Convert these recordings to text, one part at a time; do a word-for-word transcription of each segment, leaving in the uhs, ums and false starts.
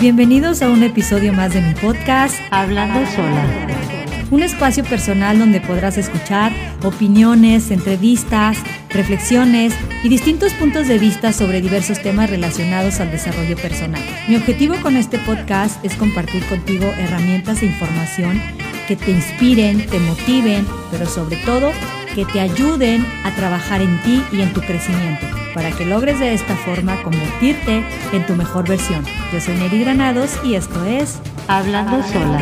Bienvenidos a un episodio más de mi podcast Hablando Sola. Un espacio personal donde podrás escuchar opiniones, entrevistas, reflexiones y distintos puntos de vista sobre diversos temas relacionados al desarrollo personal. Mi objetivo con este podcast es compartir contigo herramientas e información que te inspiren, te motiven, pero sobre todo que te ayuden a trabajar en ti y en tu crecimiento, para que logres de esta forma convertirte en tu mejor versión. Yo soy Neri Granados y esto es Hablando Sola.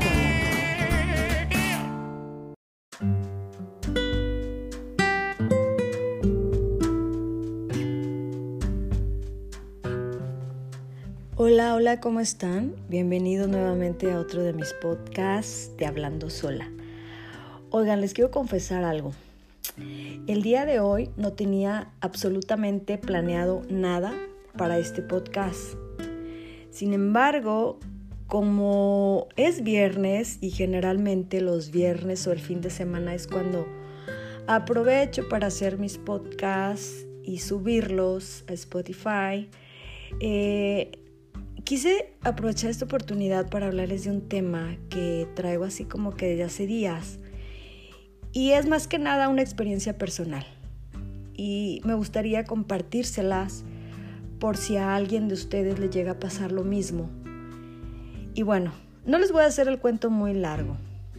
Hola, hola, ¿cómo están? Bienvenidos nuevamente a otro de mis podcasts de Hablando Sola. Oigan, les quiero confesar algo. El día de hoy no tenía absolutamente planeado nada para este podcast. Sin embargo, como es viernes y generalmente los viernes o el fin de semana es cuando aprovecho para hacer mis podcasts y subirlos a Spotify, eh, quise aprovechar esta oportunidad para hablarles de un tema que traigo así como que desde hace días. Y es más que nada una experiencia personal y me gustaría compartírselas por si a alguien de ustedes le llega a pasar lo mismo. Y bueno, no les voy a hacer el cuento muy largo.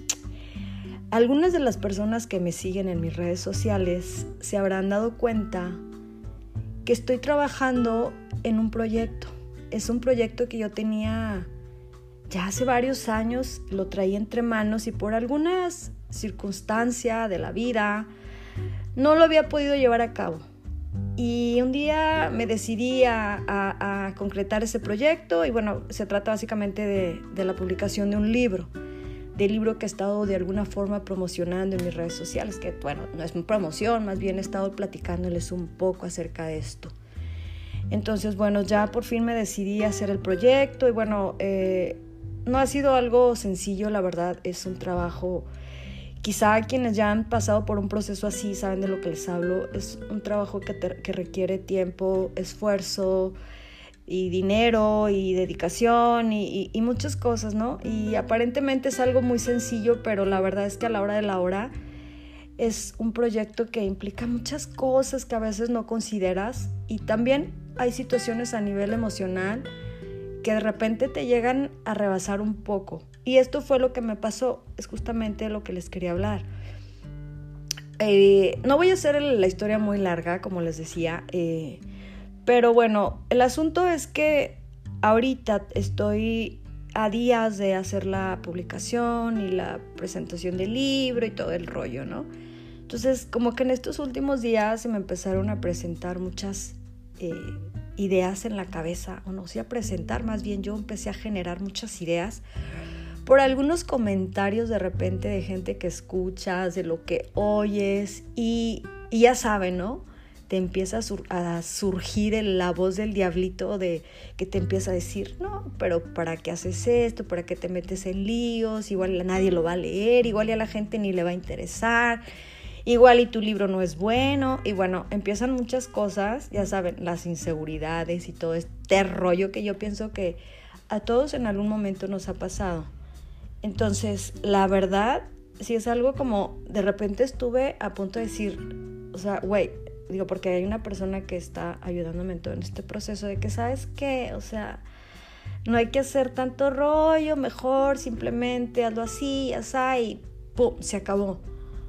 Algunas de las personas que me siguen en mis redes sociales se habrán dado cuenta que estoy trabajando en un proyecto. Es un proyecto que yo tenía ya hace varios años, lo traía entre manos y por algunas circunstancia de la vida no lo había podido llevar a cabo, y un día me decidí a, a, a concretar ese proyecto. Y bueno, se trata básicamente de, de la publicación de un libro del libro que he estado de alguna forma promocionando en mis redes sociales, que bueno, no es una promoción, más bien he estado platicándoles un poco acerca de esto. Entonces bueno, ya por fin me decidí a hacer el proyecto y bueno, eh, no ha sido algo sencillo, la verdad. Es un trabajo. Quizá quienes ya han pasado por un proceso así saben de lo que les hablo. Es un trabajo que, te, que requiere tiempo, esfuerzo y dinero y dedicación y, y, y muchas cosas, ¿no? Y aparentemente es algo muy sencillo, pero la verdad es que a la hora de la hora es un proyecto que implica muchas cosas que a veces no consideras, y también hay situaciones a nivel emocional que de repente te llegan a rebasar un poco. Y esto fue lo que me pasó, es justamente lo que les quería hablar. Eh, no voy a hacer la historia muy larga, como les decía, eh, pero bueno, el asunto es que ahorita estoy a días de hacer la publicación y la presentación del libro y todo el rollo, ¿no? Entonces, como que en estos últimos días se me empezaron a presentar muchas eh, ideas en la cabeza, o no sé, a presentar, más bien yo empecé a generar muchas ideas por algunos comentarios de repente de gente que escuchas, de lo que oyes, y, y ya saben, ¿no? Te empieza a, sur- a surgir el, la voz del diablito de que te empieza a decir, no, pero ¿para qué haces esto? ¿Para qué te metes en líos? Igual a nadie lo va a leer, igual a la gente ni le va a interesar, igual y tu libro no es bueno. Y bueno, empiezan muchas cosas, ya saben, las inseguridades y todo este rollo que yo pienso que a todos en algún momento nos ha pasado. Entonces, la verdad, sí es algo como, de repente estuve a punto de decir, o sea, güey, digo, porque hay una persona que está ayudándome en todo en este proceso de que, ¿sabes qué? O sea, no hay que hacer tanto rollo, mejor simplemente hazlo así, así, y pum, se acabó.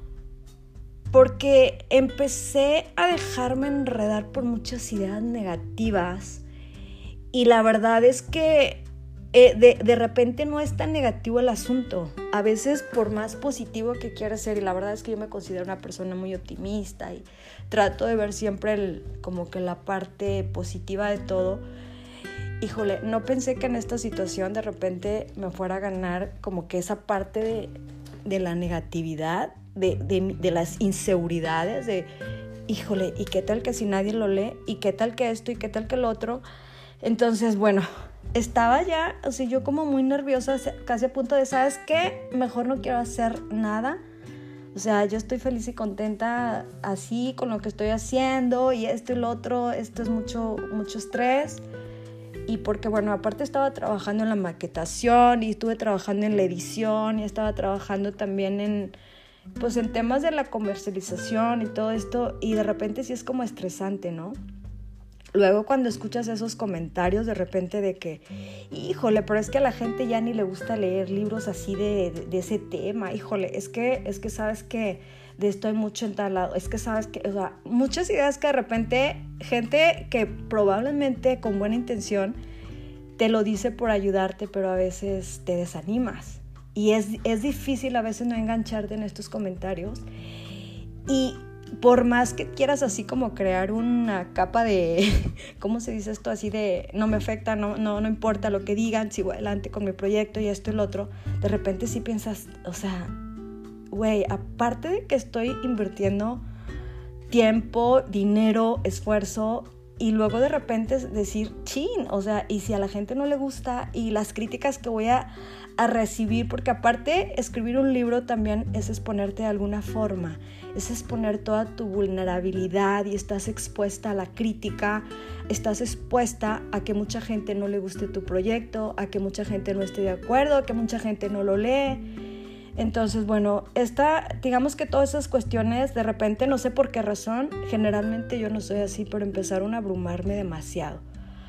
Porque empecé a dejarme enredar por muchas ideas negativas, y la verdad es que Eh, de, de repente no es tan negativo el asunto. A veces, por más positivo que quiera ser, y la verdad es que yo me considero una persona muy optimista y trato de ver siempre el, como que la parte positiva de todo. Híjole, no pensé que en esta situación de repente me fuera a ganar como que esa parte de, de la negatividad, de, de, de las inseguridades, de híjole, ¿y qué tal que si nadie lo lee? ¿Y qué tal que esto? ¿Y qué tal que lo otro? Entonces, bueno, estaba ya, o sea, yo como muy nerviosa, casi a punto de, ¿sabes qué? Mejor no quiero hacer nada. O sea, yo estoy feliz y contenta así con lo que estoy haciendo, y esto y lo otro, esto es mucho, mucho estrés. y porque, bueno, aparte estaba trabajando en la maquetación y estuve trabajando en la edición y estaba trabajando también en, pues, en temas de la comercialización y todo esto, y de repente sí es como estresante, ¿no? Luego cuando escuchas esos comentarios de repente de que, híjole, pero es que a la gente ya ni le gusta leer libros así de, de, de ese tema, híjole, es que, es que sabes que de esto hay mucho en tal lado, es que sabes que, o sea, muchas ideas que de repente, gente que probablemente con buena intención te lo dice por ayudarte, pero a veces te desanimas. Y es, es difícil a veces no engancharte en estos comentarios. Y por más que quieras así como crear una capa de, ¿cómo se dice esto? Así de, no me afecta, no, no, no importa lo que digan, sigo adelante con mi proyecto y esto y lo otro. De repente sí piensas, o sea, güey, aparte de que estoy invirtiendo tiempo, dinero, esfuerzo, y luego de repente decir, chin, o sea, y si a la gente no le gusta, y las críticas que voy a, a recibir, porque aparte escribir un libro también es exponerte de alguna forma, es exponer toda tu vulnerabilidad y estás expuesta a la crítica, estás expuesta a que mucha gente no le guste tu proyecto, a que mucha gente no esté de acuerdo, a que mucha gente no lo lee. Entonces, bueno, esta, digamos que todas esas cuestiones, de repente, no sé por qué razón, generalmente yo no soy así, pero empezaron a abrumarme demasiado.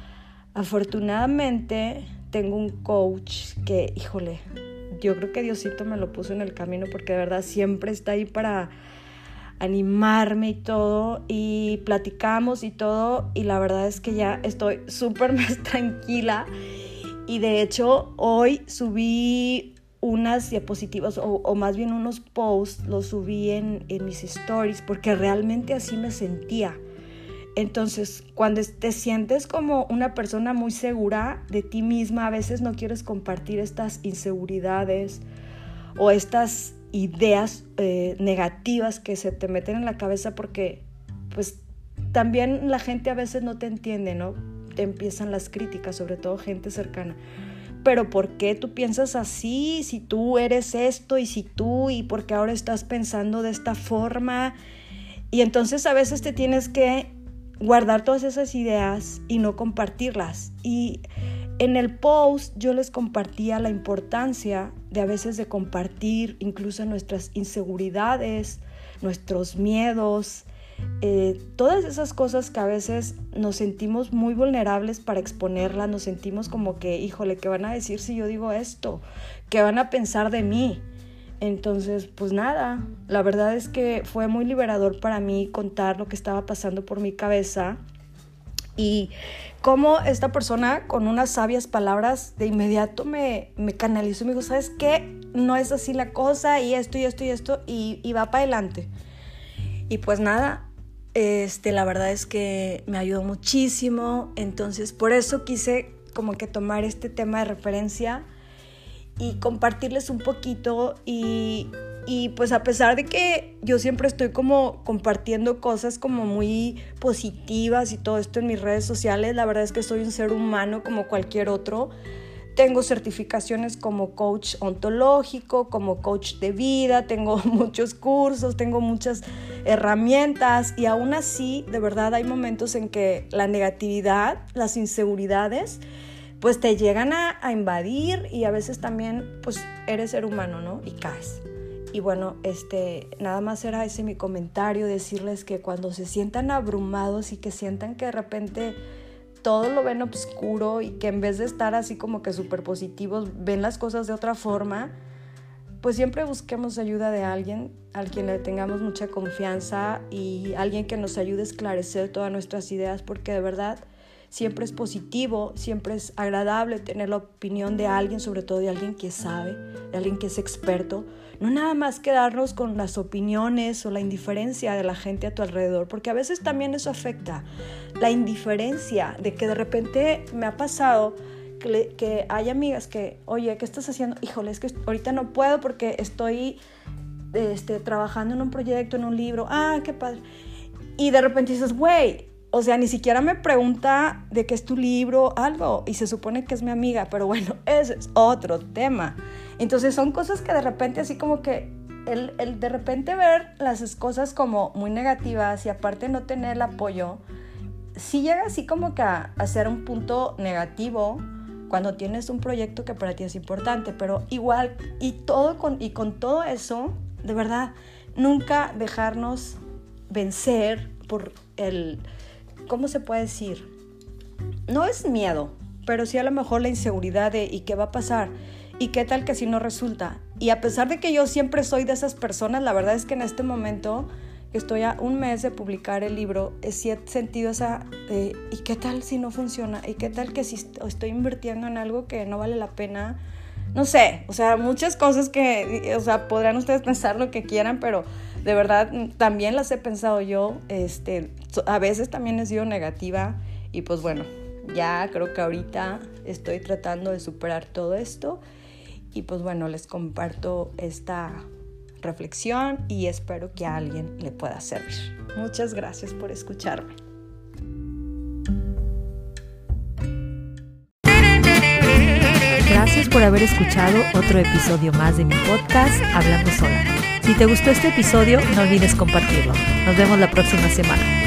Afortunadamente, tengo un coach que, híjole, yo creo que Diosito me lo puso en el camino porque de verdad siempre está ahí para animarme y todo, y platicamos y todo, y la verdad es que ya estoy súper más tranquila, y de hecho, hoy subí unas diapositivas o, o más bien unos posts, los subí en, en mis stories porque realmente así me sentía. Entonces, cuando te sientes como una persona muy segura de ti misma, a veces no quieres compartir estas inseguridades o estas ideas eh, negativas que se te meten en la cabeza porque pues también la gente a veces no te entiende, ¿no? Te empiezan las críticas, sobre todo gente cercana. Pero ¿por qué tú piensas así? Si tú eres esto y si tú, y por qué ahora estás pensando de esta forma. Y entonces a veces te tienes que guardar todas esas ideas y no compartirlas. Y en el post yo les compartía la importancia de a veces de compartir incluso nuestras inseguridades, nuestros miedos, Eh, todas esas cosas que a veces nos sentimos muy vulnerables para exponerlas, nos sentimos como que, híjole, ¿qué van a decir si yo digo esto? ¿Qué van a pensar de mí? Entonces, pues nada, la verdad es que fue muy liberador para mí contar lo que estaba pasando por mi cabeza y cómo esta persona con unas sabias palabras de inmediato me, me canalizó y me dijo, ¿sabes qué? No es así la cosa y esto y esto y esto y, y va para adelante. Y pues nada, este, la verdad es que me ayudó muchísimo, entonces por eso quise como que tomar este tema de referencia y compartirles un poquito y, y pues a pesar de que yo siempre estoy como compartiendo cosas como muy positivas y todo esto en mis redes sociales, la verdad es que soy un ser humano como cualquier otro. Tengo certificaciones como coach ontológico, como coach de vida, tengo muchos cursos, tengo muchas herramientas y aún así, de verdad, hay momentos en que la negatividad, las inseguridades, pues te llegan a, a invadir y a veces también, pues eres ser humano, ¿no? Y caes. Y bueno, este, nada más era ese mi comentario, decirles que cuando se sientan abrumados y que sientan que de repente todo lo ven oscuro y que en vez de estar así como que súper positivos, ven las cosas de otra forma, pues siempre busquemos ayuda de alguien al quien le tengamos mucha confianza y alguien que nos ayude a esclarecer todas nuestras ideas, porque de verdad siempre es positivo, siempre es agradable tener la opinión de alguien, sobre todo de alguien que sabe, de alguien que es experto. No nada más quedarnos con las opiniones o la indiferencia de la gente a tu alrededor, porque a veces también eso afecta. La indiferencia de que de repente me ha pasado que, le, que hay amigas que, oye, ¿qué estás haciendo? Híjole, es que ahorita no puedo porque estoy este, trabajando en un proyecto, en un libro. Ah, qué padre. Y de repente dices, güey, o sea, ni siquiera me pregunta de qué es tu libro, algo, y se supone que es mi amiga, pero bueno, ese es otro tema. Entonces son cosas que de repente así como que el, el de repente ver las cosas como muy negativas y aparte no tener el apoyo, sí llega así como que a, a ser un punto negativo cuando tienes un proyecto que para ti es importante, pero igual, y, todo con, y con todo eso, de verdad, nunca dejarnos vencer por el, ¿cómo se puede decir? No es miedo, pero sí a lo mejor la inseguridad de ¿y qué va a pasar? ¿Y qué tal que si no resulta? Y a pesar de que yo siempre soy de esas personas, la verdad es que en este momento que estoy a un mes de publicar el libro, sí he sentido esa, eh, ¿y qué tal si no funciona? ¿Y qué tal que si estoy invirtiendo en algo que no vale la pena? No sé, o sea, muchas cosas que, o sea, podrán ustedes pensar lo que quieran, pero de verdad también las he pensado yo, este, a veces también he sido negativa y pues bueno, ya creo que ahorita estoy tratando de superar todo esto y pues bueno, les comparto esta reflexión y espero que a alguien le pueda servir. Muchas gracias por escucharme. Gracias por haber escuchado otro episodio más de mi podcast Hablando Sola. Si te gustó este episodio, no olvides compartirlo. Nos vemos la próxima semana.